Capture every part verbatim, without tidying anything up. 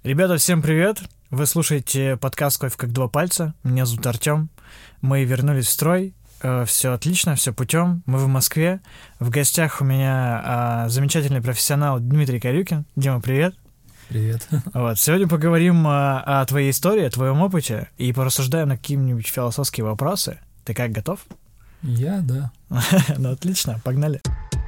Ребята, всем привет! Вы слушаете подкаст «Кофе как два пальца». Меня зовут Артём. Мы вернулись в строй. Все отлично, все путем. Мы в Москве. В гостях у меня а, замечательный профессионал Дмитрий Корюкин. Дима, привет! Привет. Вот. Сегодня поговорим а, о твоей истории, о твоем опыте и порассуждаем на какие-нибудь философские вопросы. Ты как, готов? Я, да. Ну, отлично, погнали.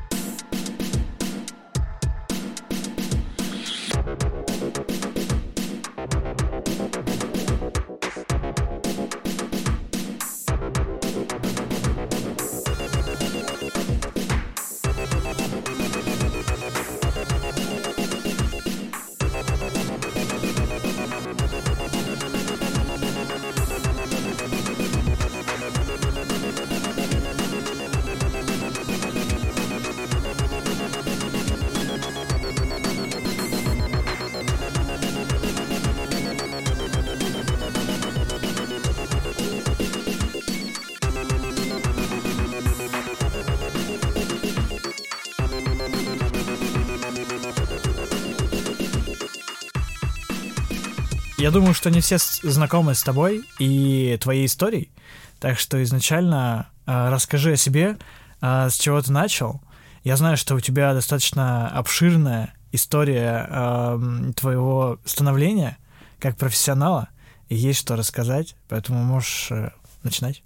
Я думаю, что не все знакомы с тобой и твоей историей, так что изначально э, расскажи о себе, э, с чего ты начал. Я знаю, что у тебя достаточно обширная история э, твоего становления как профессионала, и есть что рассказать, поэтому можешь э, начинать.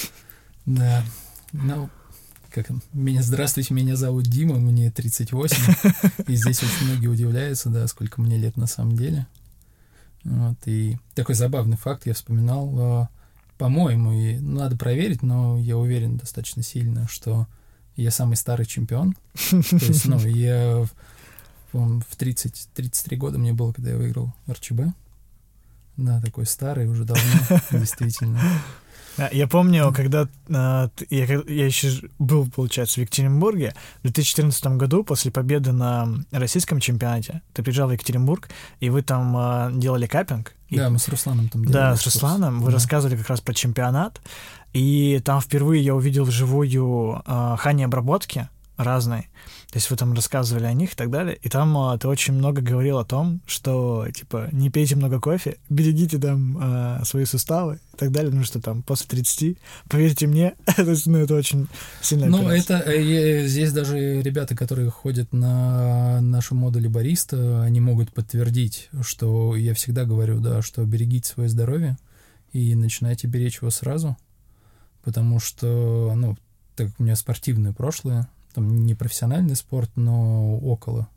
Да, ну, как меня, здравствуйте, меня зовут Дима, мне тридцать восемь, и здесь очень многие удивляются, да, сколько мне лет на самом деле. Вот, и такой забавный факт я вспоминал, по-моему, и ну, надо проверить, но я уверен достаточно сильно, что я самый старый чемпион. То есть, ну, я в тридцать, тридцать три года мне было, когда я выиграл эр че бэ. Да, такой старый уже давно, действительно. Я помню, когда я, я еще был, получается, в Екатеринбурге, в две тысячи четырнадцатом году, после победы на российском чемпионате, ты приезжал в Екатеринбург, и вы там делали каппинг. Да, и... мы с Русланом там делали. Да, с Русланом. Вы да. рассказывали как раз про чемпионат, и там впервые я увидел вживую э, хани обработки разные. То есть вы там рассказывали о них и так далее. И там а, ты очень много говорил о том, что, типа, не пейте много кофе, берегите там а, свои суставы и так далее, ну что там, после тридцати, поверьте мне, ну, это очень сильно Ну, это, э, здесь даже ребята, которые ходят на нашу модуль бариста, они могут подтвердить, что я всегда говорю, да, что берегите свое здоровье и начинайте беречь его сразу, потому что, ну, так как у меня спортивное прошлое, там не профессиональный спорт, но около.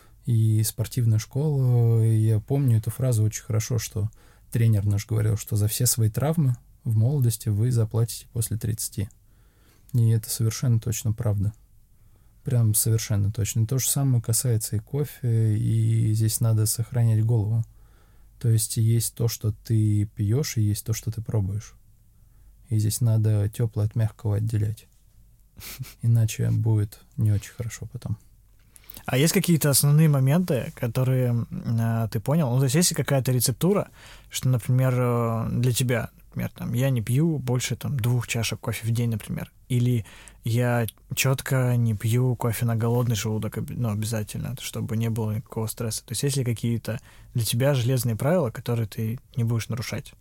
И спортивная школа, и я помню эту фразу очень хорошо, что тренер наш говорил, что за все свои травмы в молодости вы заплатите после тридцати. И это совершенно точно правда. Прям совершенно точно. И то же самое касается и кофе, и здесь надо сохранять голову. То есть есть то, что ты пьешь, и есть то, что ты пробуешь. И здесь надо теплое от мягкого отделять. Иначе будет не очень хорошо потом. А есть какие-то основные моменты, которые э, ты понял? Ну, то есть есть какая-то рецептура, что, например, э, для тебя, например, там, я не пью больше там, двух чашек кофе в день, например, или я четко не пью кофе на голодный желудок, ну, обязательно, чтобы не было никакого стресса. То есть есть ли какие-то для тебя железные правила, которые ты не будешь нарушать?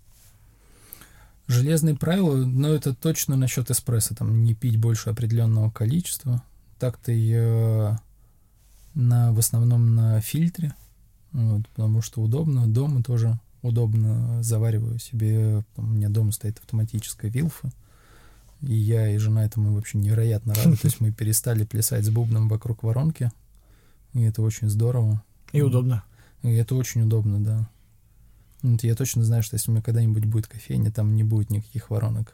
Железные правила, но это точно насчет эспрессо, там не пить больше определенного количества. Так-то я на, в основном на фильтре, вот, потому что удобно. Дома тоже удобно завариваю себе. Там, у меня дома стоит автоматическая вилфа, и я и жена этому вообще невероятно рады. То есть мы перестали плясать с бубном вокруг воронки, и это очень здорово. И удобно. И это очень удобно, да. Вот я точно знаю, что если у меня когда-нибудь будет кофейня, там не будет никаких воронок.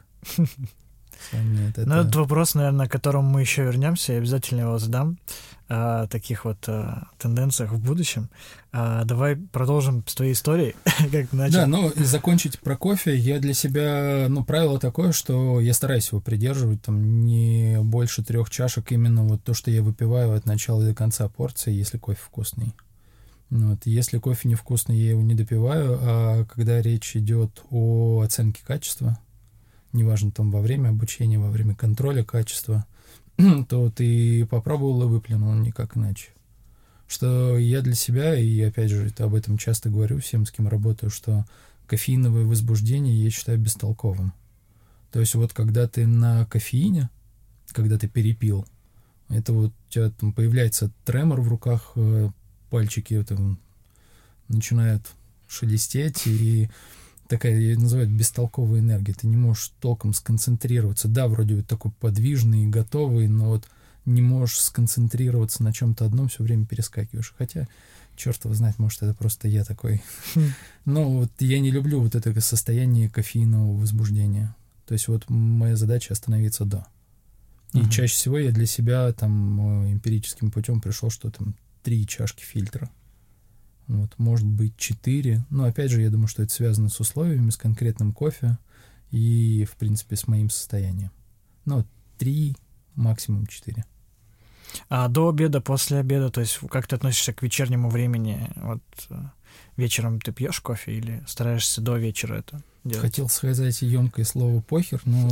Нет, это... Ну, это вопрос, наверное, к которому мы еще вернемся, я обязательно его задам, о таких вот о тенденциях в будущем. А, давай продолжим с твоей историей, как начал. Да, ну, закончить про кофе, я для себя, ну, правило такое, что я стараюсь его придерживать, там, не больше трех чашек, именно вот то, что я выпиваю от начала до конца порции, если кофе вкусный. Вот. Если кофе невкусный, я его не допиваю, а когда речь идет о оценке качества, неважно, там во время обучения, во время контроля качества, то ты попробовал и выплюнул, никак иначе. Что я для себя, и опять же, это об этом часто говорю всем, с кем работаю, что кофеиновое возбуждение я считаю бестолковым. То есть вот когда ты на кофеине, когда ты перепил, это вот у тебя там появляется тремор в руках, пальчики там начинают шелестеть, и такая, ее называют, бестолковая энергия. Ты не можешь толком сконцентрироваться. Да, вроде вот такой подвижный, готовый, но вот не можешь сконцентрироваться на чем-то одном, все время перескакиваешь. Хотя, черт его знает, может, это просто я такой. Но вот я не люблю вот это состояние кофеинового возбуждения. То есть вот моя задача остановиться до. И uh-huh. чаще всего я для себя там эмпирическим путем пришел, что там три чашки фильтра. Вот, может быть, четыре. Но опять же, я думаю, что это связано с условиями, с конкретным кофе и, в принципе, с моим состоянием. Ну, три, максимум четыре. А до обеда, после обеда, то есть как ты относишься к вечернему времени? Вот вечером ты пьешь кофе или стараешься до вечера это делать? Хотел сказать емкое слово «похер», но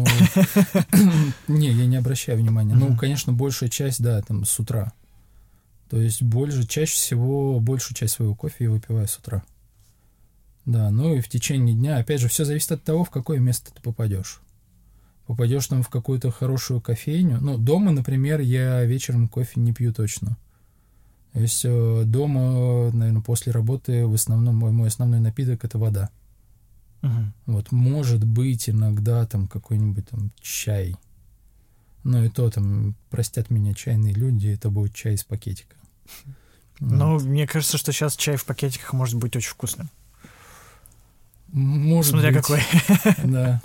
не, я не обращаю внимания. Ну, конечно, большая часть, да, там с утра. То есть больше, чаще всего большую часть своего кофе я выпиваю с утра. Да, ну и в течение дня, опять же, все зависит от того, в какое место ты попадешь. Попадешь там в какую-то хорошую кофейню. Ну, дома, например, я вечером кофе не пью точно. То есть дома, наверное, после работы в основном мой, мой основной напиток — это вода. Uh-huh. Вот, может быть, иногда там какой-нибудь там чай. Ну и то там, простят меня чайные люди, это будет чай из пакетика. Ну, вот. Мне кажется, что сейчас чай в пакетиках может быть очень вкусным. Может Смотря быть. какой. Да.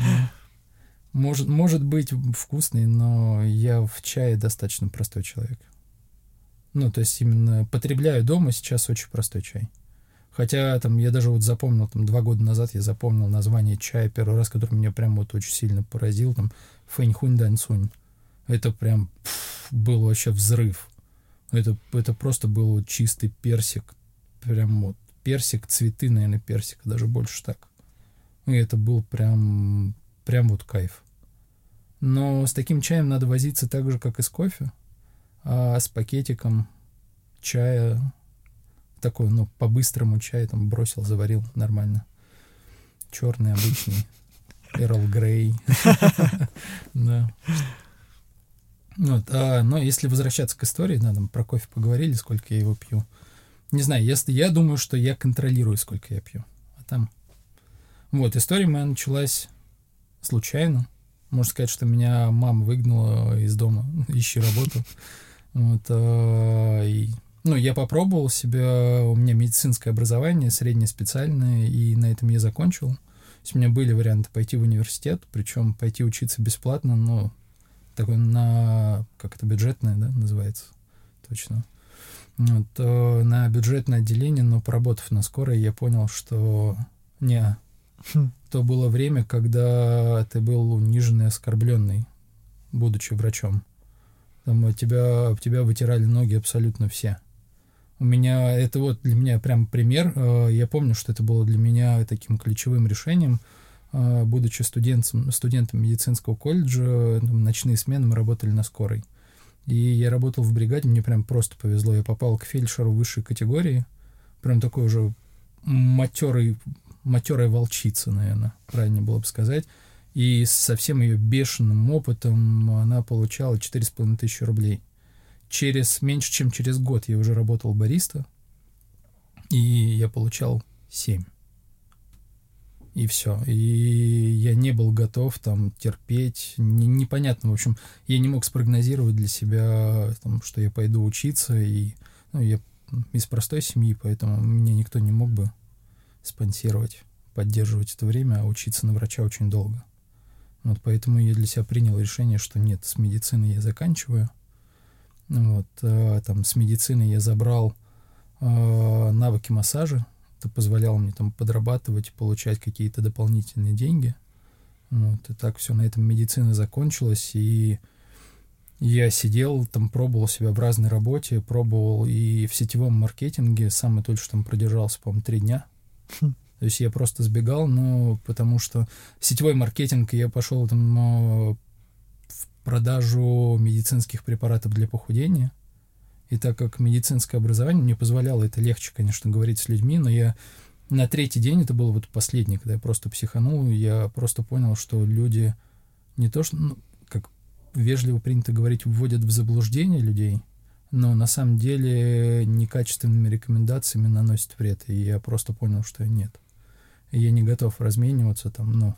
Может, может быть вкусный, но я в чае достаточно простой человек. Ну, то есть именно потребляю дома сейчас очень простой чай. Хотя там я даже вот запомнил, там два года назад я запомнил название чая первый раз, который меня прям вот очень сильно поразил, там Фэньхунь Даньцунь. Это прям пфф, был вообще взрыв. Это, это просто был вот чистый персик. Прям вот персик, цветы, наверное, персика, даже больше так. И это был прям, прям вот кайф. Но с таким чаем надо возиться так же, как и с кофе. А с пакетиком чая, такой, ну, по-быстрому чай там бросил, заварил нормально. Черный, обычный. Эрл Грей. Да. Вот, а, но если возвращаться к истории, да, там про кофе поговорили, сколько я его пью. Не знаю, если я думаю, что я контролирую, сколько я пью. А там... Вот, история моя началась случайно. Можно сказать, что меня мама выгнала из дома, ищи работу. Вот, а, и, ну, я попробовал себя, у меня медицинское образование, среднее специальное, и на этом я закончил. То есть у меня были варианты пойти в университет, причем пойти учиться бесплатно, но такое на, как это, бюджетное, да, называется, точно. Вот, а, на бюджетное отделение, но поработав на скорой, я понял, что не, хм. то было время, когда ты был униженный, оскорбленный, будучи врачом. Там об тебя, об тебя вытирали ноги абсолютно все. У меня, это вот для меня прям пример. Я помню, что это было для меня таким ключевым решением. Будучи студентом, студентом медицинского колледжа, ночные смены мы работали на скорой. И я работал в бригаде, мне прям просто повезло. Я попал к фельдшеру высшей категории. Прям такой уже матерый, матерая волчица, наверное, правильно было бы сказать. И со всем ее бешеным опытом она получала четыре с половиной тысячи рублей. Через, меньше чем через год я уже работал бариста, и я получал семь. И все. И я не был готов там терпеть. Не, непонятно, в общем, я не мог спрогнозировать для себя, там, что я пойду учиться. И, ну, я из простой семьи, поэтому меня никто не мог бы спонсировать, поддерживать это время, а учиться на врача очень долго. Вот поэтому я для себя принял решение, что нет, с медициной я заканчиваю. Вот, а, там с медицины я забрал а, навыки массажа. Это позволяло мне там подрабатывать, получать какие-то дополнительные деньги. Вот, и так все, на этом медицина закончилась, и я сидел, там пробовал себя в разной работе, пробовал и в сетевом маркетинге, самое только что там продержался, по-моему, три дня. То есть я просто сбегал, но потому что сетевой маркетинг, я пошел там в продажу медицинских препаратов для похудения. И так как медицинское образование мне позволяло, это легче, конечно, говорить с людьми, но я на третий день, это было вот последний, когда я просто психанул, я просто понял, что люди не то что, ну, как вежливо принято говорить, вводят в заблуждение людей, но на самом деле некачественными рекомендациями наносят вред. И я просто понял, что нет. И я не готов размениваться там, ну,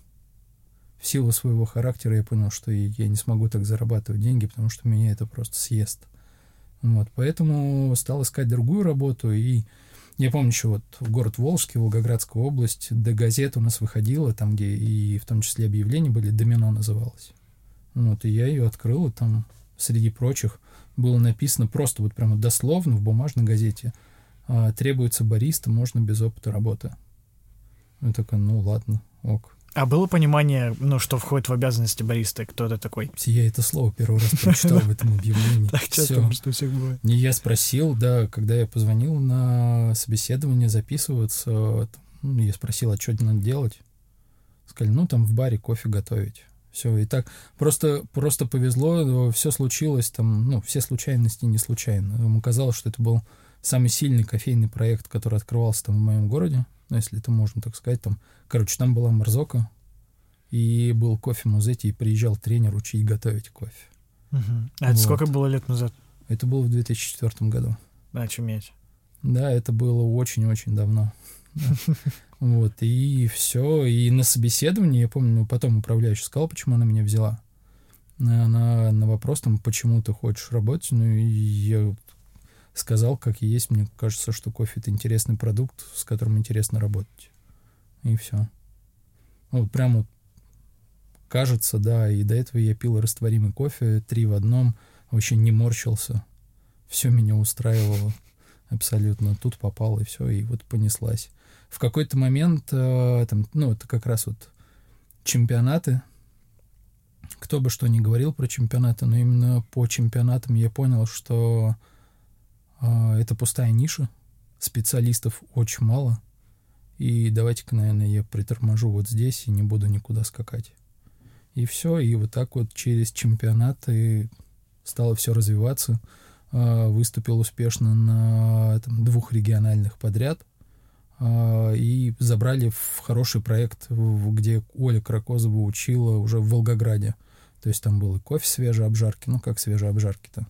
в силу своего характера я понял, что я не смогу так зарабатывать деньги, потому что меня это просто съест. Вот, поэтому стал искать другую работу, и я помню еще вот в город Волжский, Волгоградская область, до газет у нас выходила, там, где и в том числе объявления были, «Домино» называлось. Вот, и я ее открыл, и там среди прочих было написано просто вот прямо дословно в бумажной газете: «Требуется бариста, можно без опыта работы». Я такой, ну ладно, ок. А было понимание, ну, что входит в обязанности бариста, кто это такой? Я это слово первый раз прочитал в этом объявлении. Так часто, что у всех бывает. И я спросил, да, когда я позвонил на собеседование записываться, я спросил, а что надо делать? Сказали, ну, там в баре кофе готовить. Все, и так просто, просто повезло, все случилось там, ну, все случайности не случайно. Ему казалось, что это был самый сильный кофейный проект, который открывался там в моем городе, ну, если это можно так сказать, там, короче, там была Марзока, и был кофе-музей, и приезжал тренер учить готовить кофе. Угу. А это вот. Сколько было лет назад? Это было в две тысячи четвёртом году. А, чуметь. Да, это было очень-очень давно. Вот, и все. И на собеседовании, я помню, потом управляющий сказал, почему она меня взяла. Она на вопрос, там, почему ты хочешь работать, ну, и я сказал, как и есть, мне кажется, что кофе — это интересный продукт, с которым интересно работать. И все. Вот прям вот кажется, да, и до этого я пил растворимый кофе, три в одном, вообще не морщился. Все меня устраивало абсолютно. Тут попало, и все, и вот понеслась. В какой-то момент, э, там, ну, это как раз вот чемпионаты. Кто бы что ни говорил про чемпионаты, но именно по чемпионатам я понял, что э, это пустая ниша, специалистов очень мало, и давайте-ка, наверное, я приторможу вот здесь и не буду никуда скакать. И все, и вот так вот через чемпионаты стало все развиваться. Э, выступил успешно на там, двух региональных подряд, и забрали в хороший проект, где Оля Кракозова учила уже в Волгограде. То есть там был и кофе свежей обжарки, ну как свежей обжарки-то.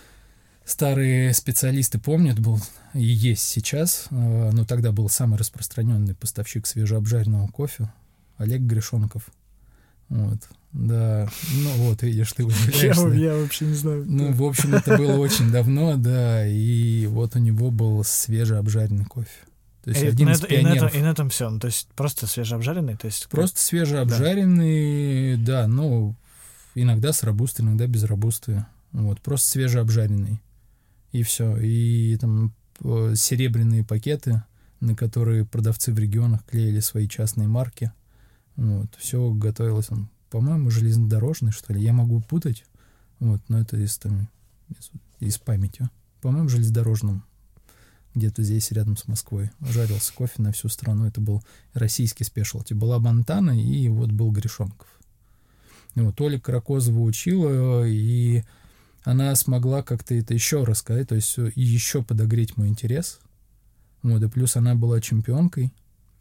Старые специалисты помнят, был и есть сейчас, но тогда был самый распространенный поставщик свежеобжаренного кофе Олег Гришонков. Вот, да, ну вот, видишь, ты удивляешься. Я, я вообще не знаю. Ну, в общем, это было очень давно, да, и вот у него был свежеобжаренный кофе. То есть и, один на из это, пионеров. И на, этом, и на этом все. Ну, то есть просто свежеобжаренный? То есть просто как... свежеобжаренный, да. да, ну, иногда с робустой, иногда без робусты. Вот, просто свежеобжаренный. И все. И там серебряные пакеты, на которые продавцы в регионах клеили свои частные марки. Вот, все готовилось, там, по-моему, железнодорожный, что ли. Я могу путать, вот, но это из, там, из, из памяти. По-моему, железнодорожным. Где-то здесь, рядом с Москвой. Жарился кофе на всю страну. Это был российский спешлти. Была Монтана, и вот был Гришонков. И вот Оля Кракозова учила, и она смогла как-то это еще рассказать, то есть и еще подогреть мой интерес. Вот, и плюс она была чемпионкой.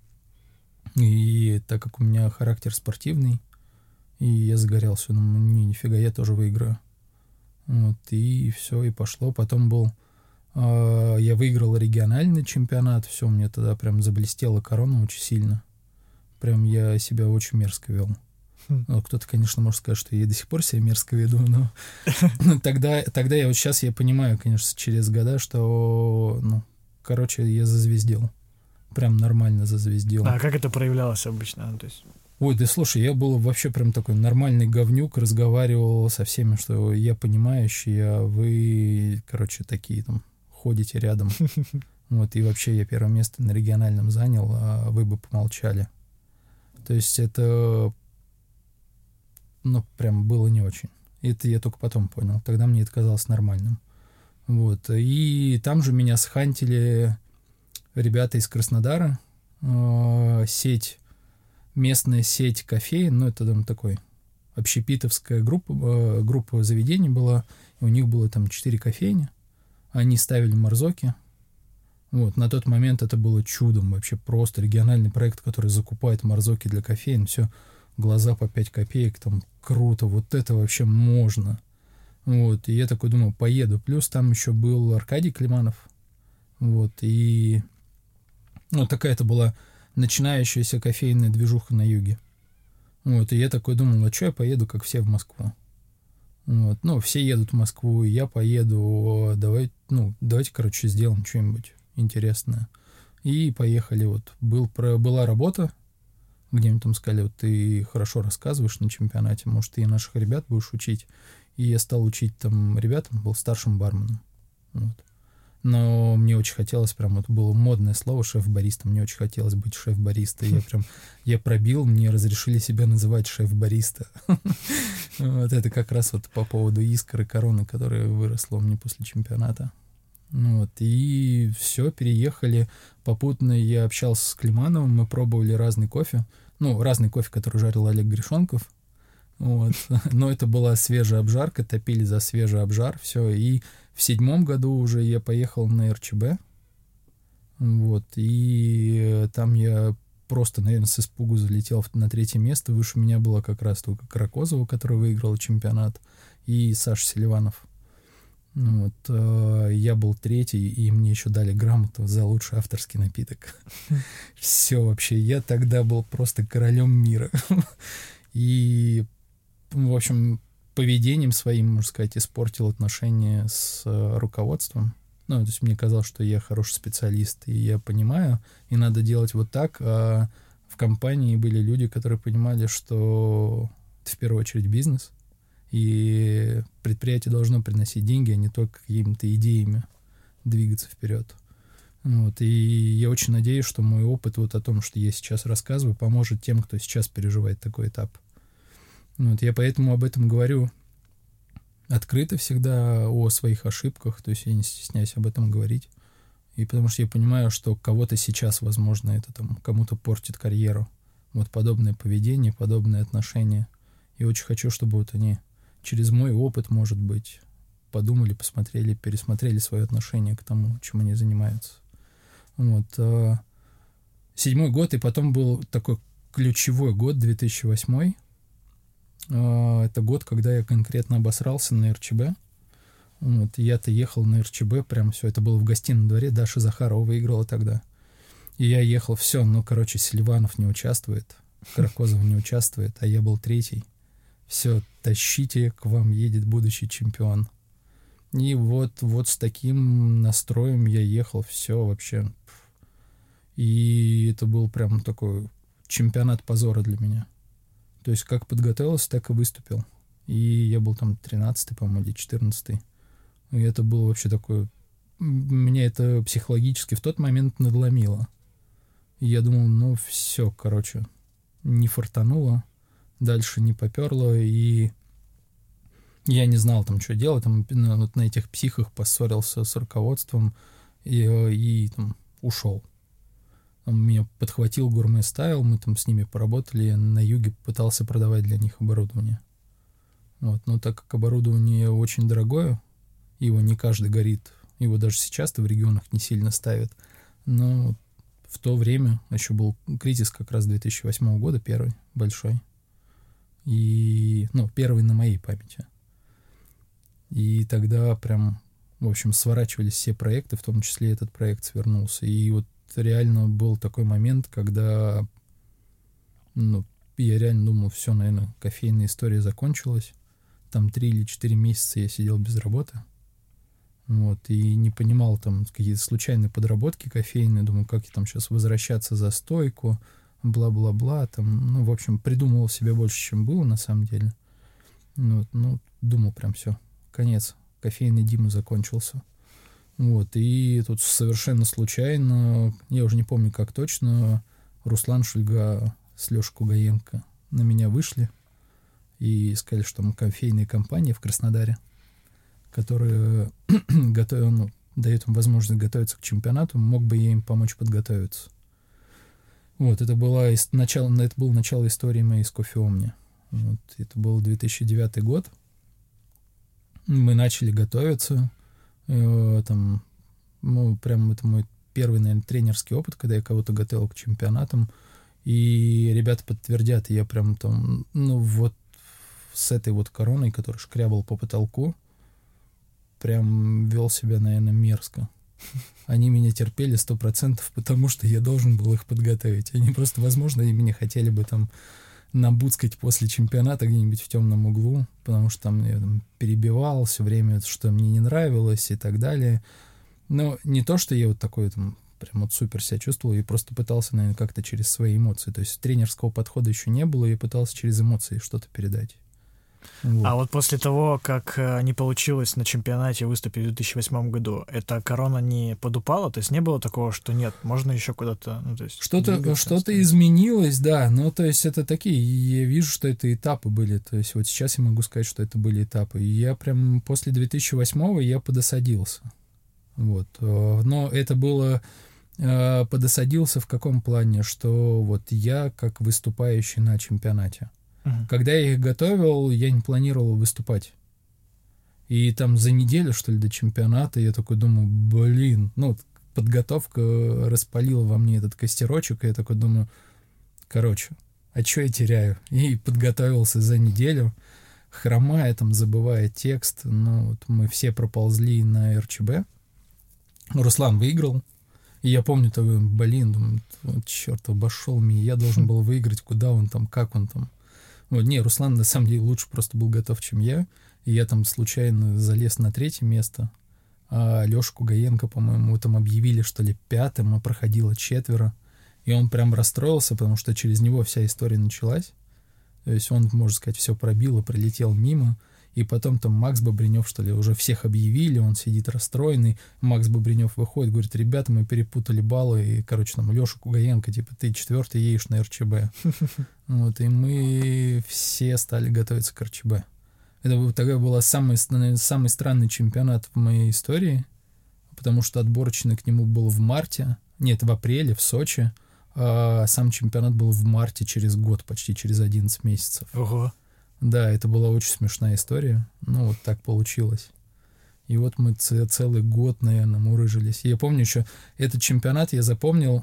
И так как у меня характер спортивный, и я загорелся, думаю, не, нифига, я тоже выиграю. Вот, и все, и пошло. Потом был... Я выиграл региональный чемпионат, все, мне тогда прям заблестела корона очень сильно. Прям я себя очень мерзко вел. Хм. Ну, кто-то, конечно, может сказать, что я до сих пор себя мерзко веду, но тогда, тогда я вот сейчас я понимаю, конечно, через года, что, ну, короче, я зазвездил. Прям нормально зазвездил. А как это проявлялось обычно? То есть... Ой, да слушай, я был вообще прям такой нормальный говнюк, разговаривал со всеми, что я понимающий, а вы, короче, такие там... ходите рядом. Вот, и вообще я первое место на региональном занял, а вы бы помолчали. То есть это, ну, прям было не очень. Это я только потом понял. Тогда мне это казалось нормальным. Вот, и там же меня схантили ребята из Краснодара, э, сеть, местная сеть кофеин, ну, это там такой общепитовская группа, э, группа заведений была, и у них было там четыре кофейни. они ставили Марзоки. Вот, на тот момент это было чудом вообще, просто региональный проект, который закупает Марзоки для кофеин, все, глаза по пять копеек, там, круто, вот это вообще можно. Вот, и я такой думал, поеду. Плюс там еще был Аркадий Климанов, вот, и, ну, такая-то была начинающаяся кофейная движуха на юге. Вот, и я такой думал, а что я поеду, как все, в Москву? Вот, ну, все едут в Москву, и я поеду, давай, ну, давайте, короче, сделаем что-нибудь интересное. И поехали, вот, был, про, была работа, где мне там сказали, вот, ты хорошо рассказываешь на чемпионате, может, ты и наших ребят будешь учить. И я стал учить там ребятам, был старшим барменом, вот. Но мне очень хотелось, прям, вот было модное слово шеф-бариста, мне очень хотелось быть шеф-бариста, я прям, я пробил, мне разрешили себя называть шеф-бариста. Вот это как раз вот по поводу искры короны, которая выросла у меня после чемпионата. Вот, и все, переехали, попутно я общался с Климановым, мы пробовали разный кофе, ну, разный кофе, который жарил Олег Гришонков, вот, но это была свежая обжарка, топили за свежий обжар, все, и в седьмом году уже я поехал на эр че бэ, вот, и там я просто, наверное, с испугу залетел на третье место, выше меня была как раз только Каракозова, которая выиграла чемпионат, и Саша Селиванов. Вот, э, я был третий, и мне еще дали грамоту за лучший авторский напиток. Все вообще, я тогда был просто королем мира. И, в общем, поведением своим, можно сказать, испортил отношения с руководством. Ну, то есть мне казалось, что я хороший специалист, и я понимаю, и надо делать вот так. А в компании были люди, которые понимали, что это в первую очередь бизнес, и предприятие должно приносить деньги, а не только какими-то идеями двигаться вперед. Вот. И я очень надеюсь, что мой опыт вот о том, что я сейчас рассказываю, поможет тем, кто сейчас переживает такой этап. Вот. Я поэтому об этом говорю открыто всегда, о своих ошибках, то есть я не стесняюсь об этом говорить. И потому что я понимаю, что кого-то сейчас, возможно, это там кому-то портит карьеру. Вот подобное поведение, подобные отношения. И очень хочу, чтобы вот они через мой опыт, может быть, подумали, посмотрели, пересмотрели свое отношение к тому, чем они занимаются. Вот. Седьмой год, и потом был такой ключевой год, две тысячи восьмой. Это год, когда я конкретно обосрался на эр че бэ. Вот. Я-то ехал на эр че бэ, прям все, это было в гостином дворе, Даша Захарова выиграла тогда. И я ехал, все, ну, короче, Селиванов не участвует, Каракозов не участвует, а я был третий. Все, тащите, к вам едет будущий чемпион. И вот, вот с таким настроем я ехал, все вообще. И это был прям такой чемпионат позора для меня. То есть как подготовился, так и выступил. И я был там тринадцатый, по-моему, или четырнадцатый. И это было вообще такое... Меня это психологически в тот момент надломило. И я думал, ну все, короче, не фартануло. Дальше не поперло, и я не знал там, что делать, там, ну, вот на этих психах поссорился с руководством и, и там, ушел. Там меня подхватил Гурме Стайл, мы там с ними поработали, на юге пытался продавать для них оборудование. Вот, но так как оборудование очень дорогое, его не каждый горит, его даже сейчас-то в регионах не сильно ставят, но в то время еще был кризис как раз две тысячи восьмого года, первый, большой. И, ну, первый на моей памяти. И тогда прям, в общем, сворачивались все проекты, в том числе этот проект свернулся. И вот реально был такой момент, когда, ну, я реально думал, все, наверное, кофейная история закончилась. Там три или четыре месяца я сидел без работы. Вот, и не понимал там какие-то случайные подработки кофейные. Думал, как я там сейчас возвращаться за стойку, бла-бла-бла, там, ну, в общем, придумывал себе больше, чем было, на самом деле. Ну, вот, ну, думал прям все, конец, кофейный Дима закончился. Вот, и тут совершенно случайно, я уже не помню как точно, Руслан Шульга с Лешей Кугаенко на меня вышли и сказали, что мы кофейная компания в Краснодаре, которая готовит, ну, дает им возможность готовиться к чемпионату, мог бы я им помочь подготовиться. Вот, это, была начало, это было начало истории моей с Кофе Омни. Вот, это был две тысячи девятый год. Мы начали готовиться. Э, там, ну, прям это мой первый, наверное, тренерский опыт, когда я кого-то готовил к чемпионатам. И ребята подтвердят, я прям там, ну, вот с этой вот короной, которая шкрябал по потолку, прям вел себя, наверное, мерзко. Они меня терпели сто процентов, потому что я должен был их подготовить. Они просто, возможно, они меня хотели бы там набуцкать после чемпионата где-нибудь в темном углу, потому что там я там перебивал все время, что мне не нравилось и так далее. Но не то, что я вот такой там прям вот супер себя чувствовал, и просто пытался, наверное, как-то через свои эмоции. То есть тренерского подхода еще не было, и пытался через эмоции что-то передать. Вот. А вот после того, как не получилось на чемпионате выступить в две тысячи восьмом году, эта корона не подупала? То есть не было такого, что нет, можно еще куда-то... Ну, то есть что-то что-то изменилось, да, но то есть это такие, я вижу, что это этапы были, то есть вот сейчас я могу сказать, что это были этапы. И я прям после две тысячи восьмого я подосадился. Вот. Но это было... Подосадился в каком плане? Что вот я как выступающий на чемпионате. Когда я их готовил, я не планировал выступать. И там за неделю, что ли, до чемпионата я такой думаю, блин, ну, подготовка распалила во мне этот костерочек, и я такой думаю, короче, а что я теряю? И подготовился за неделю, хромая, там, забывая текст. Ну, вот мы все проползли на эр че бэ. Руслан выиграл. И я помню, такой, блин, думаю, вот, черт, обошел меня, я должен был выиграть, куда он там, как он там. Вот, не, Руслан на самом деле лучше просто был готов, чем я. И я там случайно залез на третье место. А Лёша Кугаенко, по-моему, там объявили, что ли, пятым, а проходило четверо. И он прям расстроился, потому что через него вся история началась. То есть он, можно сказать, все пробил и пролетел мимо. И потом там Макс Бобринев, что ли, уже всех объявили, он сидит расстроенный. Макс Бобринев выходит, говорит, ребята, мы перепутали баллы. И, короче, там Лёша Кугаенко, типа, ты четвертый едешь на эр че бэ. Вот, и мы все стали готовиться к эр че бэ. Это такая была самый, самый странный чемпионат в моей истории, потому что отборочный к нему был в марте, нет, в апреле, в Сочи, а сам чемпионат был в марте через год, почти через одиннадцать месяцев. Ого. Да, это была очень смешная история, ну вот так получилось. И вот мы ц- целый год, наверное, мурыжились. И я помню еще, этот чемпионат я запомнил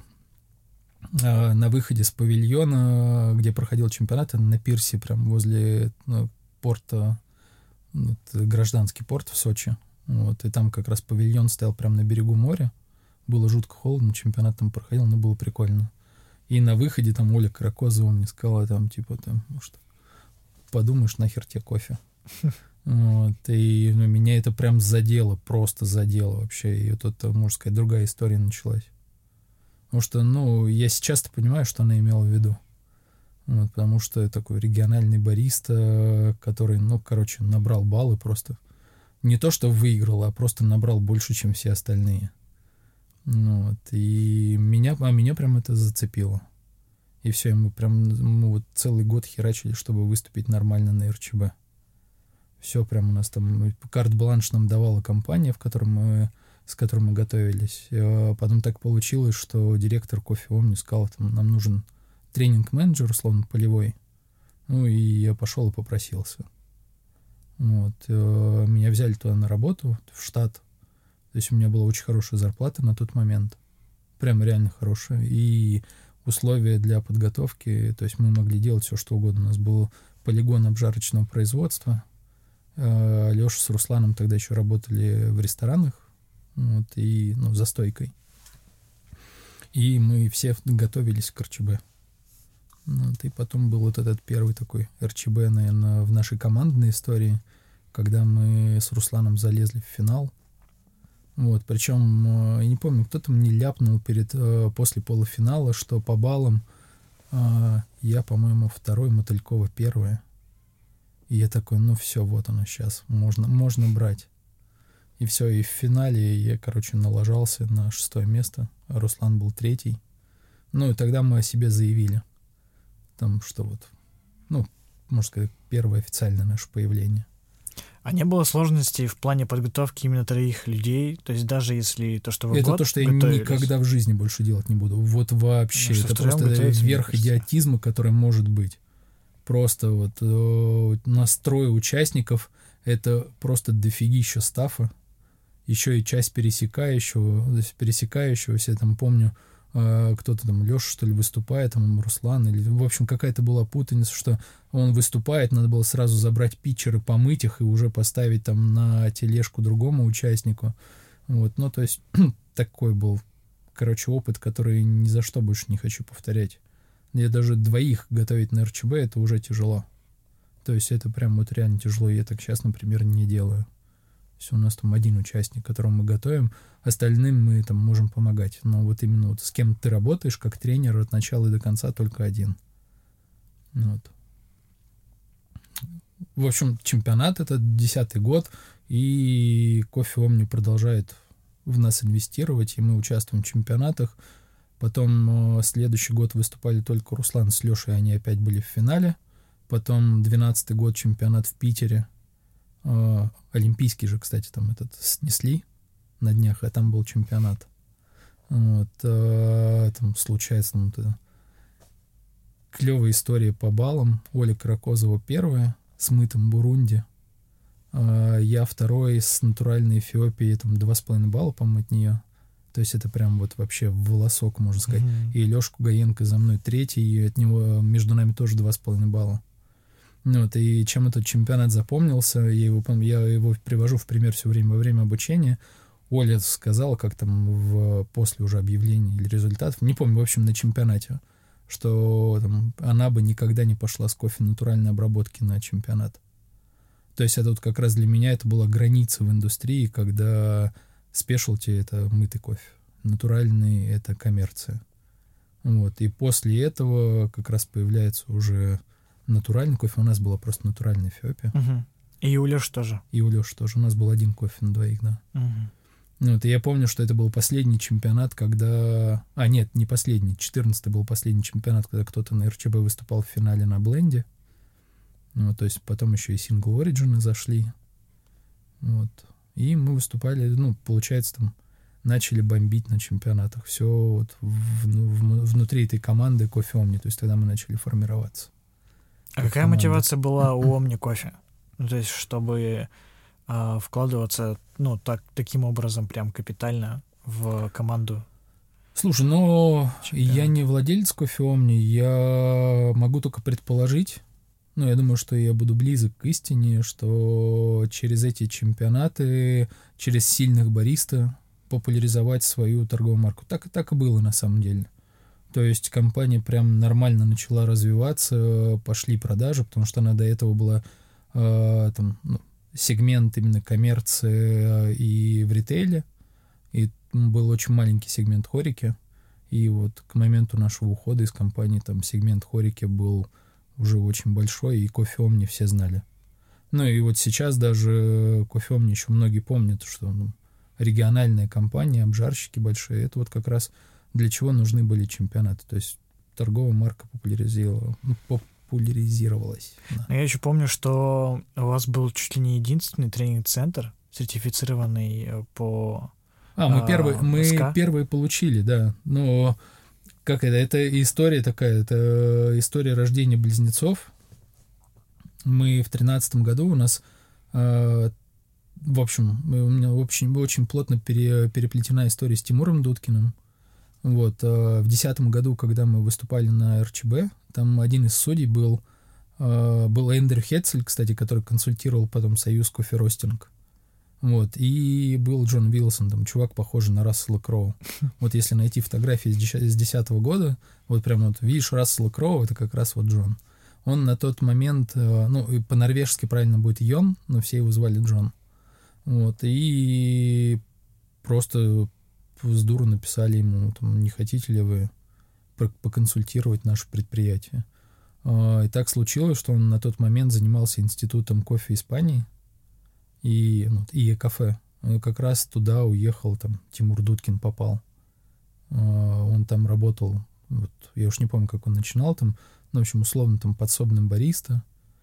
э, на выходе с павильона, где проходил чемпионат, на пирсе, прям возле ну, порта, вот, гражданский порт в Сочи. Вот, и там как раз павильон стоял прямо на берегу моря. Было жутко холодно, чемпионат там проходил, но было прикольно. И на выходе там Оля Каракозова мне сказала, там, типа, там, может, подумаешь, нахер тебе кофе. Вот, и ну, меня это прям задело, просто задело вообще. И тут, можно сказать, другая история началась. Потому что, ну, я сейчас-то понимаю, что она имела в виду. Вот, потому что такой региональный бариста, который, ну, короче, набрал баллы просто. Не то, что выиграл, а просто набрал больше, чем все остальные. Ну, вот, и меня, а меня прям это зацепило. И все, и мы прям мы вот целый год херачили, чтобы выступить нормально на эр че бэ. Все прям у нас там карт-бланш нам давала компания, в которой мы, с которой мы готовились. А потом так получилось, что директор Кофе Ом мне сказал, там, нам нужен тренинг-менеджер, условно, полевой. Ну, и я пошел и попросился. Вот. Меня взяли туда на работу, в штат. То есть у меня была очень хорошая зарплата на тот момент. Прям реально хорошая. И условия для подготовки, то есть мы могли делать все, что угодно. У нас был полигон обжарочного производства. Леша с Русланом тогда еще работали в ресторанах, вот, и, ну, за стойкой. И мы все готовились к эр че бэ. Вот, и потом был вот этот первый такой эр че бэ, наверное, в нашей командной истории, когда мы с Русланом залезли в финал. Вот, причем, я не помню, кто-то мне ляпнул перед, после полуфинала, что по баллам я, по-моему, второй, Мотылькова первая. И я такой, ну все, вот оно сейчас, можно, можно брать. И все, и в финале я, короче, налажался на шестое место, а Руслан был третий. Ну, и тогда мы о себе заявили. Там, что вот, ну, можно сказать, первое официальное наше появление. А не было сложностей в плане подготовки именно троих людей? То есть даже если то, что вы Это год то, что я готовились... никогда в жизни больше делать не буду. Вот вообще. Ну, это просто верх идиотизма, который может быть. Просто вот э, у нас трое участников, это просто дофигища стафа. еще и часть пересекающего, пересекающегося, я там помню, кто-то там, Леша, что ли, выступает, там, Руслан, или, в общем, какая-то была путаница, что он выступает, надо было сразу забрать питчеры, помыть их и уже поставить там на тележку другому участнику. Вот, ну, то есть, такой был, короче, опыт, который ни за что больше не хочу повторять. Я даже двоих готовить на эр че бэ, это уже тяжело. То есть, это прям вот реально тяжело, я так сейчас, например, не делаю. То есть у нас там один участник, которому мы готовим, остальным мы там можем помогать. Но вот именно вот с кем ты работаешь, как тренер, от начала и до конца только один. Вот. В общем, чемпионат это десятый год, и Кофе Omni продолжает в нас инвестировать, и мы участвуем в чемпионатах. Потом э, следующий год выступали только Руслан с Лешей, они опять были в финале. Потом двенадцатый год чемпионат в Питере. Олимпийский же, кстати, там этот снесли на днях, а там был чемпионат. Вот, а, там случается ну, клевая история по баллам. Оля Каракозова первая с мытым Бурунди. А, я второй с натуральной Эфиопии, там два с половиной балла, по-моему, от нее. То есть это прям вот вообще в волосок, можно сказать. Mm-hmm. И Лёшка Гаенко за мной третий, и от него между нами тоже два с половиной балла. Вот, и чем этот чемпионат запомнился, я его, я его привожу в пример все время во время обучения. Оля сказала, как там в, после уже объявления или результатов, не помню, в общем, на чемпионате, что там, она бы никогда не пошла с кофе натуральной обработки на чемпионат. То есть это вот как раз для меня это была граница в индустрии, когда спешлти — это мытый кофе, натуральный — это коммерция. Вот, и после этого как раз появляется уже натуральный кофе. У нас была просто натуральная Эфиопия. Угу. И у Лёши тоже. И у Лёши тоже. У нас был один кофе на двоих, да. Угу. Вот, и я помню, что это был последний чемпионат, когда... А, нет, не последний. четырнадцатый был последний чемпионат, когда кто-то на эр че бэ выступал в финале на бленде. Вот, то есть потом еще и сингл ориджины зашли. Вот. И мы выступали, ну, получается, там, начали бомбить на чемпионатах. Все вот в, в, внутри этой команды Кофе Omni. То есть тогда мы начали формироваться. А какая команда. Мотивация была у Omni Coffee? Ну, то есть, чтобы э, вкладываться, ну, так, таким образом, прям капитально в команду? Слушай, ну, я не владелец Кофе Omni, я могу только предположить, ну, я думаю, что я буду близок к истине, что через эти чемпионаты, через сильных бариста популяризовать свою торговую марку. Так и так и было на самом деле. То есть компания прям нормально начала развиваться, пошли продажи, потому что она до этого была э, там, ну, сегмент именно коммерции и в ритейле, и был очень маленький сегмент хорики, и вот к моменту нашего ухода из компании там сегмент хорики был уже очень большой, и Кофе Omni все знали. Ну и вот сейчас даже Кофе Omni еще многие помнят, что ну, региональная компания, обжарщики большие, это вот как раз для чего нужны были чемпионаты. То есть торговая марка популяризировала, популяризировалась. Да. Я еще помню, что у вас был чуть ли не единственный тренинг-центр, сертифицированный по А, мы, а, первые, мы СКА. первые получили, да. Но как это? Это история такая, это история рождения близнецов. Мы в тринадцатом году у нас... Э, в общем, у меня очень, очень плотно пере, переплетена история с Тимуром Дудкиным. Вот, э, в десятом году, когда мы выступали на эр че бэ, там один из судей был, э, был Эндрю Хетцель, кстати, который консультировал потом Союз Кофе Ростинг. Вот, и был Джон Вилсон, там, чувак, похожий на Рассела Кроу. Вот если найти фотографии с десятого года, вот прям вот, видишь, Рассела Кроу, это как раз вот Джон. Он на тот момент, э, ну, и по-норвежски правильно будет Йон, но все его звали Джон. Вот, и просто... с дуру написали ему, там, не хотите ли вы поконсультировать наше предприятие. И так случилось, что он на тот момент занимался институтом кофе Испании и, ну, и кафе. Как раз туда уехал, там, Тимур Дудкин попал. Он там работал, вот, я уж не помню, как он начинал там, но, в общем, условно, там, подсобным бариста.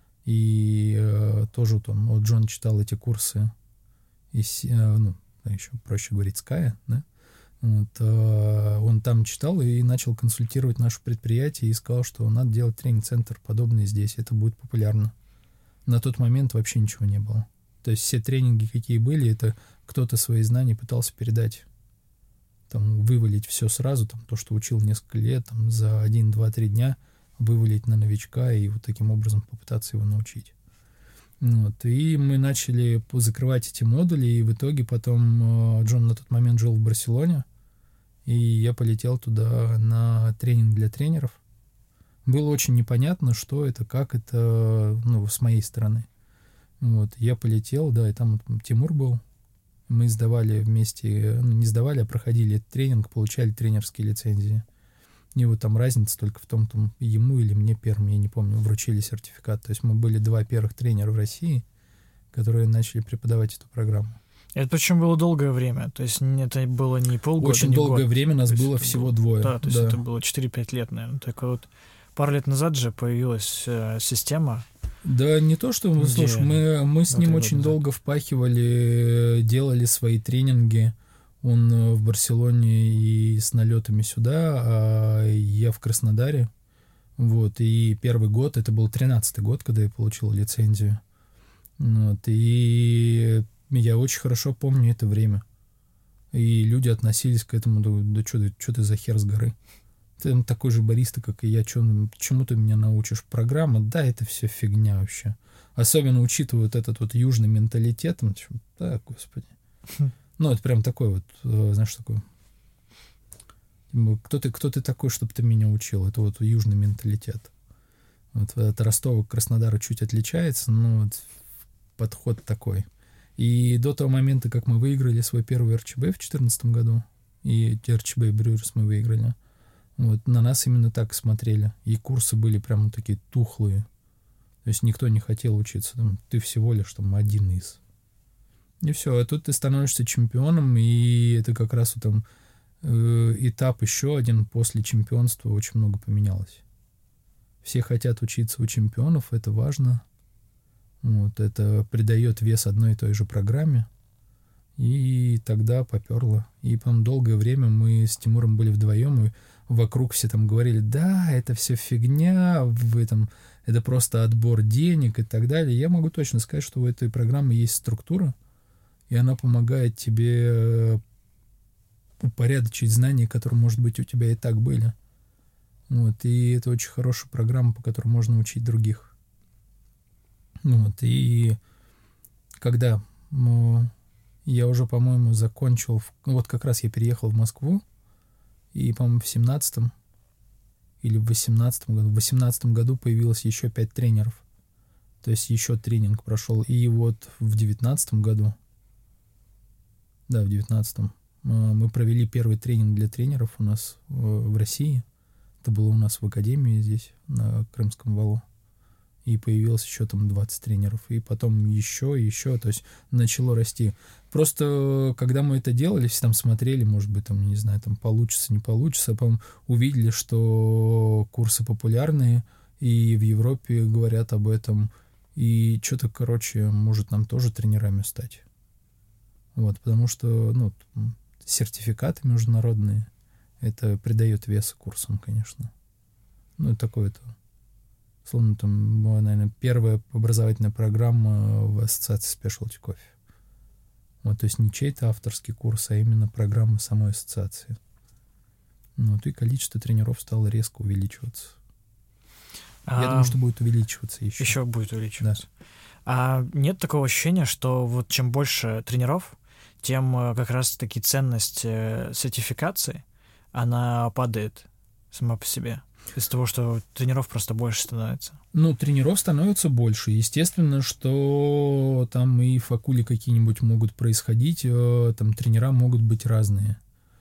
И э, тоже там, вот Джон читал эти курсы, из, э, ну, еще проще говорить, Ская, да? Вот, э, он там читал и начал консультировать наше предприятие и сказал, что надо делать тренинг-центр подобный здесь, это будет популярно. На тот момент вообще ничего не было. То есть все тренинги, какие были, это кто-то свои знания пытался передать. Там, вывалить все сразу, там, то, что учил несколько лет, там, за один, два, три дня вывалить на новичка и вот таким образом попытаться его научить. Вот. И мы начали закрывать эти модули, и в итоге потом Джон на тот момент жил в Барселоне, и я полетел туда на тренинг для тренеров. Было очень непонятно, что это, как это, ну, с моей стороны. Вот. Я полетел, да, и там вот Тимур был. Мы сдавали вместе, ну, не сдавали, а проходили этот тренинг, получали тренерские лицензии. И вот там разница только в том, там, ему или мне первым, я не помню, вручили сертификат. То есть мы были два первых тренера в России, которые начали преподавать эту программу. Это причем было долгое время, то есть это было не полгода, Очень не долгое год. время, нас То было всего было, двое. Да, то есть да. это было четыре-пять лет, наверное. Так вот, пару лет назад же появилась э, система. Да не то, что, где, слушай, мы, мы с ним очень долго впахивали, делали свои тренинги. Он в Барселоне и с налетами сюда, а я в Краснодаре. Вот, и первый год, это был тринадцатый год, когда я получил лицензию. Вот, и я очень хорошо помню это время. И люди относились к этому, да, да что ты, что ты за хер с горы? Ты такой же бариста, как и я, чё, чему ты меня научишь? Программа? Да, это все фигня вообще. Особенно учитывая вот этот вот южный менталитет. Да, господи. Ну, это прям такой вот, знаешь, такой... Кто ты, кто ты такой, чтобы ты меня учил? Это вот южный менталитет. Вот от Ростова к Краснодару чуть отличается, но вот подход такой. И до того момента, как мы выиграли свой первый эр че бэ в две тысячи четырнадцатом году, и эр че бэ Brewers мы выиграли, вот, на нас именно так смотрели. И курсы были прямо такие тухлые. То есть никто не хотел учиться. Там, ты всего лишь там один из. И все. А тут ты становишься чемпионом, и это как раз вот там э, этап еще один после чемпионства очень много поменялось. Все хотят учиться у чемпионов, это важно. Вот, это придает вес одной и той же программе. И тогда поперло. И потом долгое время мы с Тимуром были вдвоем, и вокруг все там говорили, да, это все фигня, в этом, это просто отбор денег и так далее. Я могу точно сказать, что у этой программы есть структура, и она помогает тебе упорядочить знания, которые, может быть, у тебя и так были. Вот, и это очень хорошая программа, по которой можно учить других. Вот, и когда ну, я уже, по-моему, закончил, вот как раз я переехал в Москву, и, по-моему, в семнадцатом или в восемнадцатом году, в восемнадцатом году появилось еще пять тренеров. То есть еще тренинг прошел. И вот в девятнадцатом году, да, в девятнадцатом, мы провели первый тренинг для тренеров у нас в России. Это было у нас в академии здесь, на Крымском валу. И появилось еще там двадцать тренеров. И потом еще, еще, то есть начало расти. Просто, когда мы это делали, все там смотрели, может быть, там, не знаю, там получится, не получится, а потом увидели, что курсы популярные, и в Европе говорят об этом, и что-то, короче, может нам тоже тренерами стать. Вот, потому что, ну, сертификаты международные, это придает вес курсам, конечно. Ну, это такое-то. Словно там была, наверное, первая образовательная программа в ассоциации Specialty Coffee. Вот, то есть не чей-то авторский курс, а именно программа самой ассоциации. Вот, и количество тренеров стало резко увеличиваться. А, Я думаю, что будет увеличиваться еще. Еще будет увеличиваться. Да. А нет такого ощущения, что вот чем больше тренеров, тем как раз-таки ценность сертификации, она падает сама по себе? Из-за того, что тренеров просто больше становится. Ну, тренеров становится больше. Естественно, что там и факули какие-нибудь могут происходить, там тренера могут быть разные.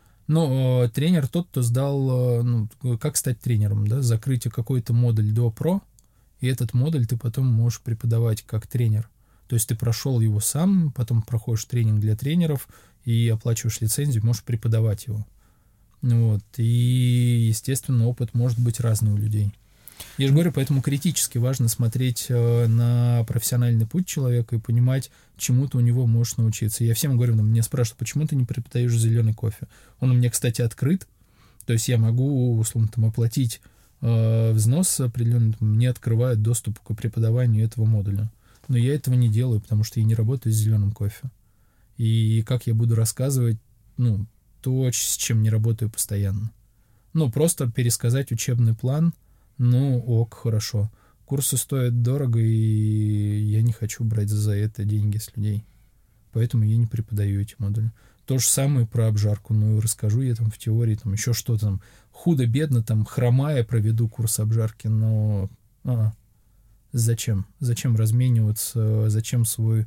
Но тренер тот, кто сдал, ну, как стать тренером, да, закрыть какой-то модуль до про, и этот модуль ты потом можешь преподавать как тренер. То есть ты прошел его сам, потом проходишь тренинг для тренеров и оплачиваешь лицензию, можешь преподавать его. Вот. И, естественно, опыт может быть разный у людей. Я же говорю, поэтому критически важно смотреть на профессиональный путь человека и понимать, чему-то у него можешь научиться. Я всем говорю, мне спрашивают, почему ты не преподаешь зеленый кофе? Он у меня, кстати, открыт. То есть я могу, условно, там, оплатить э, взнос определенный, мне открывает доступ к преподаванию этого модуля. Но я этого не делаю, потому что я не работаю с зеленым кофе. И как я буду рассказывать, ну, то, с чем не работаю постоянно. Ну, просто пересказать учебный план, ну, ок, хорошо. Курсы стоят дорого, и я не хочу брать за это деньги с людей. Поэтому я не преподаю эти модули. То же самое про обжарку. Ну, расскажу я там в теории, там еще что-то там. Худо-бедно, там, хромая проведу курс обжарки, но... А, зачем? Зачем размениваться? Зачем свой,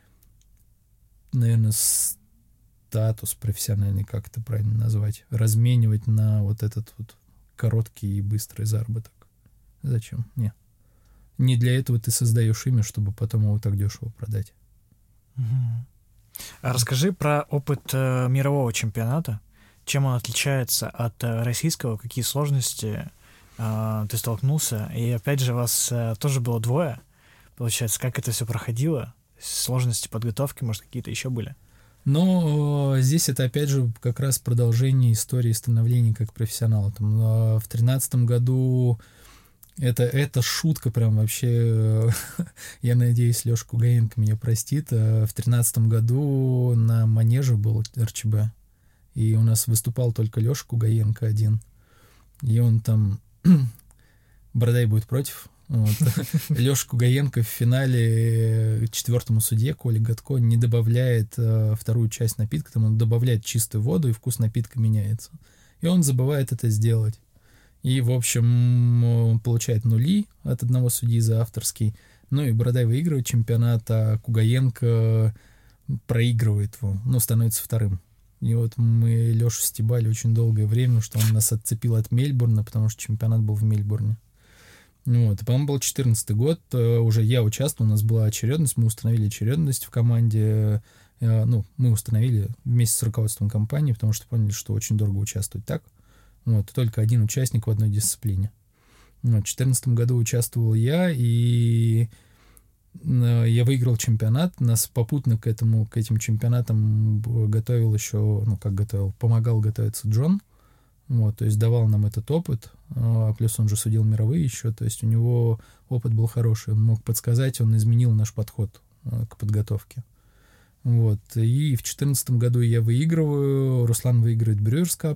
наверное, статус профессиональный, как это правильно назвать, разменивать на вот этот вот короткий и быстрый заработок? Зачем? Не. Не для этого ты создаешь имя, чтобы потом его так дешево продать. Угу. А расскажи про опыт э, мирового чемпионата. Чем он отличается от э, российского? Какие сложности э, ты столкнулся? И опять же, вас э, тоже было двое. Получается, как это все проходило? Сложности подготовки, может, какие-то еще были? Но здесь это, опять же, как раз продолжение истории становления как профессионала. Там, в тринадцатом году это, это шутка прям вообще. Я надеюсь, Лёша Кугаенко меня простит. В тринадцатом году на манеже был эр че бэ. И у нас выступал только Лёша Кугаенко один. И он там... Бородай будет против. Вот. Лёша Кугаенко в финале четвертому судье Коле Гатко не добавляет э, вторую часть напитка, там он добавляет чистую воду, и вкус напитка меняется. И он забывает это сделать. И, в общем, он получает нули от одного судьи за авторский. Ну и Бородай выигрывает чемпионат, а Кугаенко проигрывает его, ну, становится вторым. И вот мы Лёшу стебали очень долгое время, что он нас отцепил от Мельбурна, потому что чемпионат был в Мельбурне. Вот, и, по-моему, был четырнадцатый год, уже я участвовал, у нас была очередность, мы установили очередность в команде, ну, мы установили вместе с руководством компании, потому что поняли, что очень дорого участвовать так. Вот, только один участник в одной дисциплине. Вот, в две тысячи четырнадцатом году участвовал я, и я выиграл чемпионат. Нас попутно к этому, к этим чемпионатам готовил еще, ну, как готовил, помогал готовиться Джон. Вот, то есть давал нам этот опыт, а плюс он же судил мировые еще, то есть у него опыт был хороший, он мог подсказать, он изменил наш подход к подготовке. Вот, и в две тысячи четырнадцатом году я выигрываю, Руслан выигрывает Brewers Cup,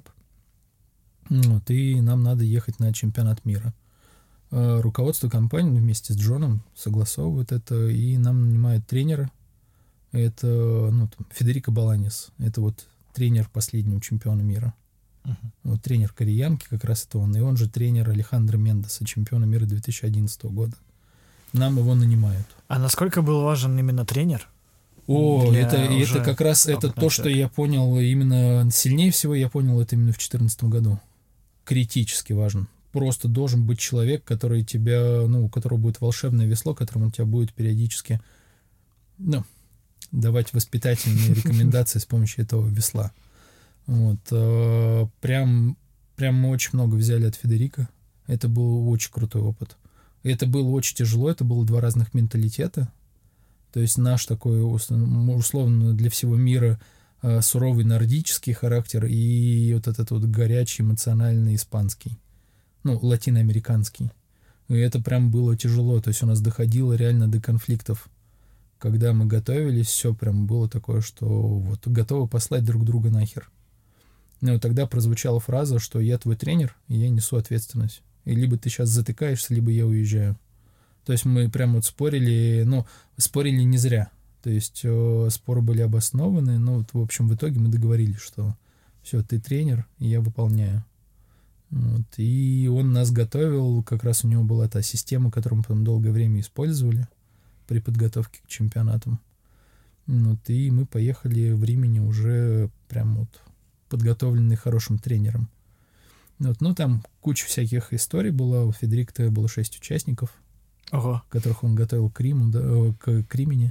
вот, и нам надо ехать на чемпионат мира. Руководство компании вместе с Джоном согласовывает это, и нам нанимают тренера. Это, ну, там, Федерико Баланис, это вот тренер последнего чемпиона мира. Uh-huh. Вот, тренер кореянки как раз это он, и он же тренер Алехандро Мендеса, чемпиона мира две тысячи одиннадцатого года. Нам его нанимают. А насколько был важен именно тренер? О, это, это как раз это то, что я понял именно сильнее всего, я понял это именно в две тысячи четырнадцатом году. Критически важен. Просто должен быть человек, который тебя, ну, у которого будет волшебное весло, которому у тебя будет периодически, ну, давать воспитательные рекомендации с помощью этого весла. Вот, э, прям, прям мы очень много взяли от Федерико. Это был очень крутой опыт. Это было очень тяжело, это было два разных менталитета. То есть наш такой, условно, для всего мира э, суровый нордический характер и вот этот вот горячий, эмоциональный испанский, ну, латиноамериканский. И это прям было тяжело. То есть у нас доходило реально до конфликтов. Когда мы готовились, все прям было такое, что вот готовы послать друг друга нахер. Ну, тогда прозвучала фраза, что я твой тренер, и я несу ответственность. И либо ты сейчас затыкаешься, либо я уезжаю. То есть мы прям вот спорили, ну, спорили не зря. То есть э, споры были обоснованы, но вот, в общем, в итоге мы договорились, что все, ты тренер, и я выполняю. Вот. И он нас готовил, как раз у него была та система, которую мы потом долгое время использовали при подготовке к чемпионатам. Вот. И мы поехали в Римени уже прям вот подготовленный хорошим тренером. Вот. Ну, там куча всяких историй была. У Федерико было шесть участников, Ого. которых он готовил к Риму, да, к, к Римени.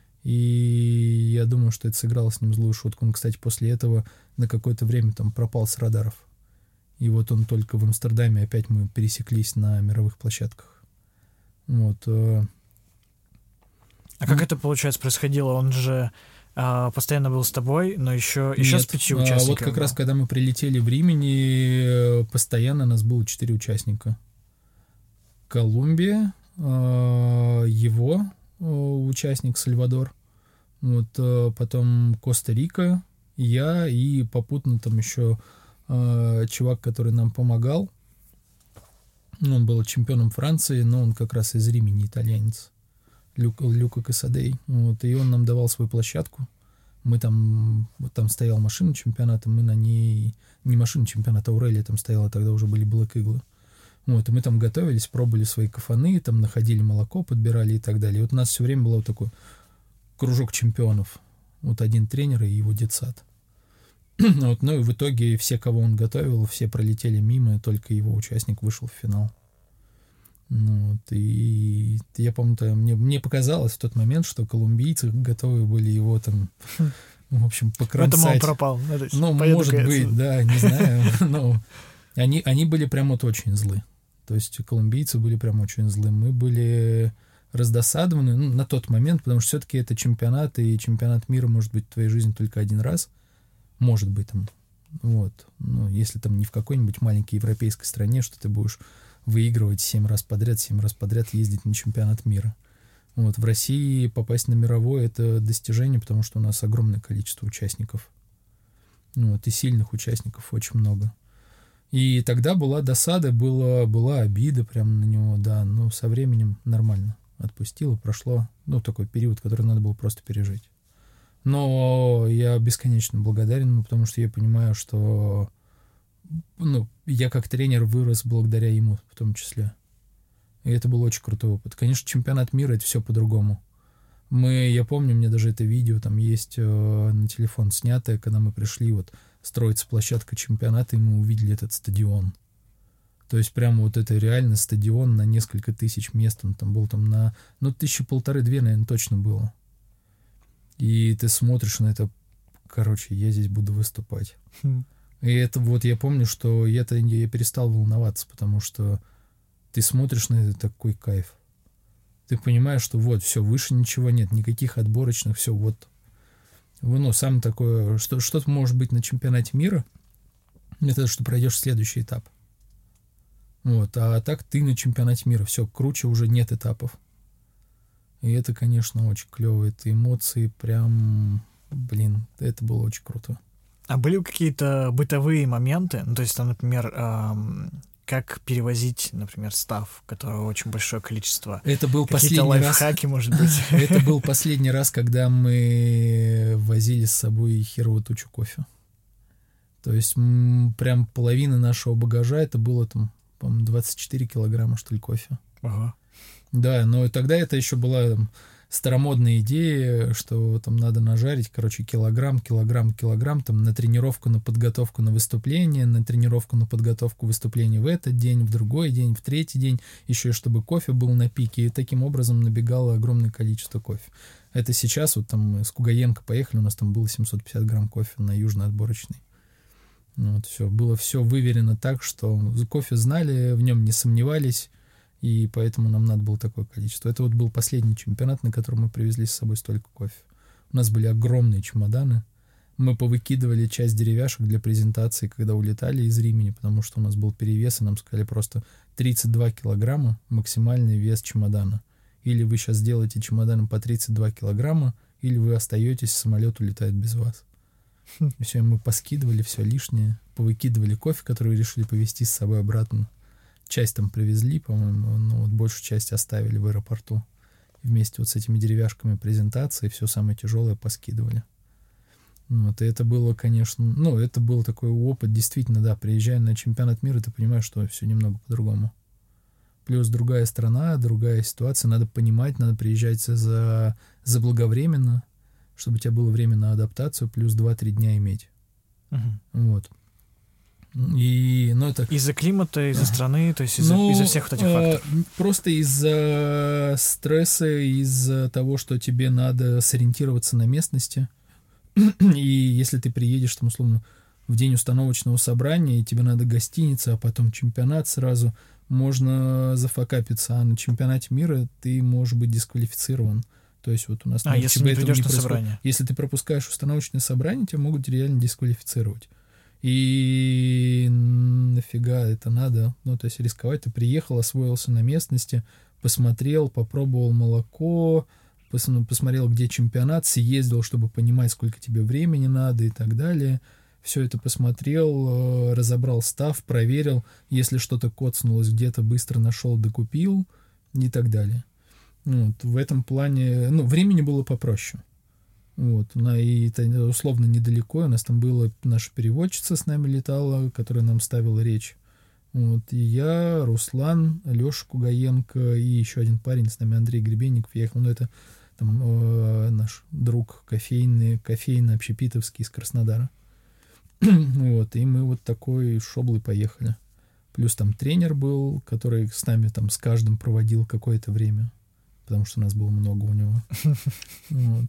И я думаю, что это сыграло с ним злую шутку. Он, кстати, после этого на какое-то время там пропал с радаров. И вот он только в Амстердаме опять мы пересеклись на мировых площадках. Вот. А как это, получается, происходило? Он же а, постоянно был с тобой, но еще, еще Нет, с пятью участниками. А вот как был. Раз, когда мы прилетели в Римени, постоянно нас было четыре участника. Колумбия, его, участник Сальвадор. Вот, потом Коста-Рика, я и попутно там еще э, чувак, который нам помогал. Он был чемпионом Франции, но он как раз из Римени, итальянец. Люка, Люка Касадей. Вот, и он нам давал свою площадку. Мы там, вот там стояла машина чемпионата, мы на ней, не машина чемпионата, Аурелия там стояла, тогда уже были Блэк Иглы. Вот, и мы там готовились, пробовали свои кафаны, там находили молоко, подбирали и так далее. И вот у нас все время был вот такой кружок чемпионов. Вот один тренер и его детсад. Вот, ну и в итоге все, кого он готовил, все пролетели мимо, и только его участник вышел в финал. Ну, вот, и я помню, мне, мне показалось в тот момент, что колумбийцы готовы были его там, в общем, покромсать. Поэтому он пропал. Ну, может быть, да, не знаю. Но они, они были прям вот очень злы. То есть колумбийцы были прям очень злы. Мы были раздосадованы, ну, на тот момент, потому что все-таки это чемпионат, и чемпионат мира может быть в твоей жизни только один раз. Может быть, там, вот. Ну, если там не в какой-нибудь маленькой европейской стране, что ты будешь выигрывать семь раз подряд, семь раз подряд ездить на чемпионат мира. Вот. В России попасть на мировой — это достижение, потому что у нас огромное количество участников. Ну, вот, и сильных участников очень много. И тогда была досада, была, была обида прямо на него, да, но со временем нормально отпустило, прошло, ну, такой период, который надо было просто пережить. Но я бесконечно благодарен ему, потому что я понимаю, что, ну, я как тренер вырос благодаря ему в том числе. И это был очень крутой опыт. Конечно, чемпионат мира — это все по-другому. Мы, я помню, у меня даже это видео там есть э, на телефон снятое, когда мы пришли, вот, строится площадка чемпионата, и мы увидели этот стадион. То есть прямо вот это реально стадион на несколько тысяч мест. Он там был там на, ну, тысячи полторы-две, наверное, точно было. И ты смотришь на это, короче, я здесь буду выступать. Хм. И это вот я помню, что я, -то, я перестал волноваться, потому что ты смотришь на это, такой кайф. Ты понимаешь, что вот, все, выше ничего нет, никаких отборочных, все, вот. Ну, самое такое, что, что-то может быть на чемпионате мира, это что пройдешь следующий этап. Вот, а так ты на чемпионате мира, все, круче уже нет этапов. И это, конечно, очень клево. Это эмоции прям, блин, это было очень круто. А были какие-то бытовые моменты? Ну, то есть, там, например, эм, как перевозить, например, став, которого очень большое количество. Это был Какие-то последний раз. лайфхаки, может быть. Это был последний раз, когда мы возили с собой херовую тучу кофе. То есть прям половина нашего багажа, это было там, по-моему, двадцать четыре килограмма, что ли, кофе. Ага. Да, но тогда это еще была там старомодная идея, что там надо нажарить, короче, килограмм, килограмм, килограмм, там на тренировку, на подготовку на выступление, на тренировку, на подготовку выступления в этот день, в другой день, в третий день, еще и чтобы кофе был на пике, и таким образом набегало огромное количество кофе. Это сейчас, вот там мы с Кугаенко поехали, у нас там было семьсот пятьдесят грамм кофе на южноотборочный. Вот, все, было все выверено так, что кофе знали, в нем не сомневались, и поэтому нам надо было такое количество. Это вот был последний чемпионат, на котором мы привезли с собой столько кофе. У нас были огромные чемоданы. Мы повыкидывали часть деревяшек для презентации, когда улетали из Римени, потому что у нас был перевес, и нам сказали просто тридцать два килограмма максимальный вес чемодана. Или вы сейчас делаете чемоданом по тридцать два килограмма, или вы остаетесь, самолет улетает без вас. И все, мы поскидывали все лишнее, повыкидывали кофе, который решили повезти с собой обратно. Часть там привезли, по-моему, но вот большую часть оставили в аэропорту. Вместе вот с этими деревяшками презентации все самое тяжелое поскидывали. Вот, и это было, конечно, ну, это был такой опыт, действительно, да, приезжая на чемпионат мира, ты понимаешь, что все немного по-другому. Плюс другая страна, другая ситуация, надо понимать, надо приезжать за, заблаговременно, чтобы у тебя было время на адаптацию, плюс два-три дня иметь. Uh-huh. Вот. И, ну, это... Из-за климата, из-за страны, то есть из-за, ну, из-за всех вот этих факторов? Просто из-за стресса, из-за того, что тебе надо сориентироваться на местности. И если ты приедешь, там, условно, в день установочного собрания, и тебе надо гостиница, а потом чемпионат сразу, можно зафакапиться, а на чемпионате мира ты можешь быть дисквалифицирован. То есть вот у нас... А, если не придешь на собрание? Если ты пропускаешь установочное собрание, тебя могут реально дисквалифицировать. И нафига это надо? Ну, то есть рисковать. Ты приехал, освоился на местности, посмотрел, попробовал молоко, посмотрел, где чемпионат, съездил, чтобы понимать, сколько тебе времени надо и так далее. Все это посмотрел, разобрал став, проверил, если что-то коцнулось где-то, быстро нашел, докупил и так далее. Вот, в этом плане, ну, времени было попроще. Вот, и это условно недалеко, у нас там была наша переводчица с нами летала, которая нам ставила речь. Вот, и я, Руслан, Леша Кугаенко и еще один парень с нами, Андрей Гребенников, ехал, ну, это там э, наш друг кофейный, кофейно-общепитовский из Краснодара. Вот, и мы вот такой шоблой поехали. Плюс там тренер был, который с нами там с каждым проводил какое-то время, потому что нас было много у него. Вот.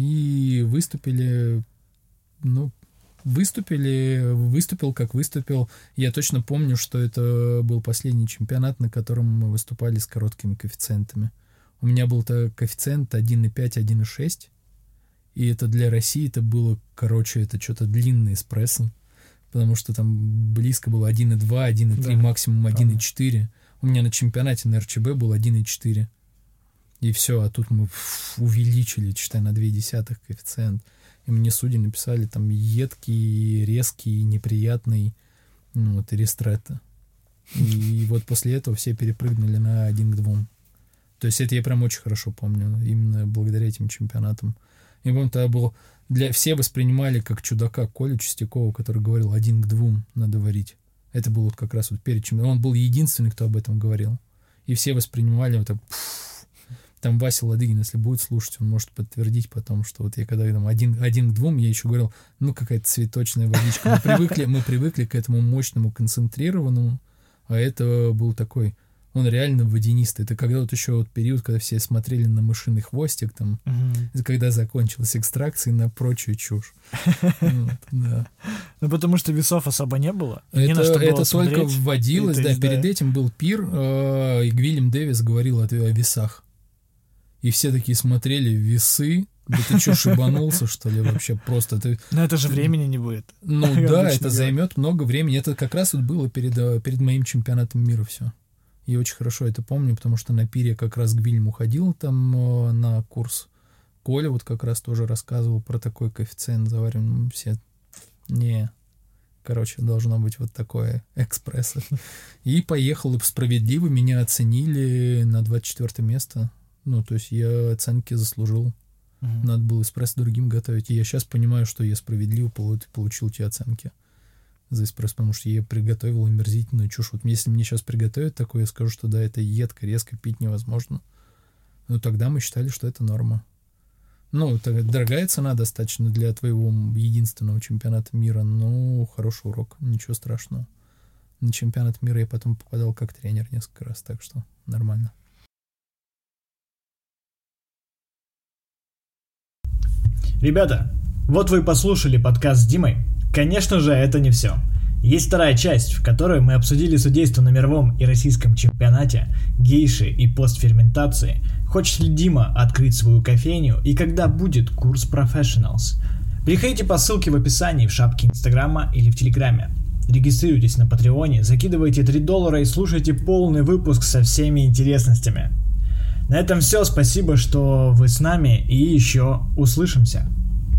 И выступили, ну, выступили, выступил, как выступил. Я точно помню, что это был последний чемпионат, на котором мы выступали с короткими коэффициентами. У меня был коэффициент один и пять, один и шесть. И это для России это было, короче, это что-то длинное эспрессо, потому что там близко было один и два, один и три, да, максимум один и четыре. У меня на чемпионате на эр че бэ был один и четыре. И все, а тут мы фу, увеличили, считай, на два десятых коэффициент. И мне судьи написали там едкий, резкий, неприятный, ну, вот, и ристретто. И вот после этого все перепрыгнули на один к двум. То есть это я прям очень хорошо помню, именно благодаря этим чемпионатам. И помню, тогда был... Для... Все воспринимали как чудака Колю Чистякова, который говорил, один к двум надо варить. Это было вот как раз вот перед чемпионатом. Он был единственный, кто об этом говорил. И все воспринимали вот так... Там Вася Ладыгин, если будет слушать, он может подтвердить потом, что вот я когда там один, один к двум, я еще говорил, ну, какая-то цветочная водичка. Мы привыкли, мы привыкли к этому мощному, концентрированному, а это был такой... Он реально водянистый. Это когда вот еще вот период, когда все смотрели на мышиный хвостик, там, uh-huh. когда закончилась экстракция и на прочую чушь. Вот, да. Ну, потому что весов особо не было. Это, это только вводилось, да, перед этим был пир, и Гвильям Дэвис говорил о весах. И все такие смотрели весы. Да ты что, шибанулся, что ли, вообще просто? Ты... Но это же времени не будет. Ну да, это займет много времени. Это как раз вот было перед, перед моим чемпионатом мира все. Я очень хорошо это помню, потому что на пире как раз Гвильям уходил там э, на курс. Коля вот как раз тоже рассказывал про такой коэффициент завариваем. Все, не, короче, должно быть вот такое экспрессо. И поехал справедливо, меня оценили на двадцать четвёртое место. Ну, то есть я оценки заслужил. Uh-huh. Надо было эспрессо другим готовить. И я сейчас понимаю, что я справедливо получил те оценки за эспрессо, потому что я приготовил омерзительную чушь. Вот если мне сейчас приготовят такое, я скажу, что да, это едко, резко пить невозможно. Но тогда мы считали, что это норма. Ну, это дорогая цена достаточно для твоего единственного чемпионата мира, но хороший урок, ничего страшного. На чемпионат мира я потом попадал как тренер несколько раз, так что нормально. Ребята, вот вы послушали подкаст с Димой. Конечно же, это не все. Есть вторая часть, в которой мы обсудили судейство на мировом и российском чемпионате, гейши и постферментации, хочет ли Дима открыть свою кофейню и когда будет курс Professionals. Переходите по ссылке в описании в шапке Инстаграма или в Телеграме. Регистрируйтесь на Патреоне, закидывайте три доллара и слушайте полный выпуск со всеми интересностями. На этом все, спасибо, что вы с нами и еще услышимся.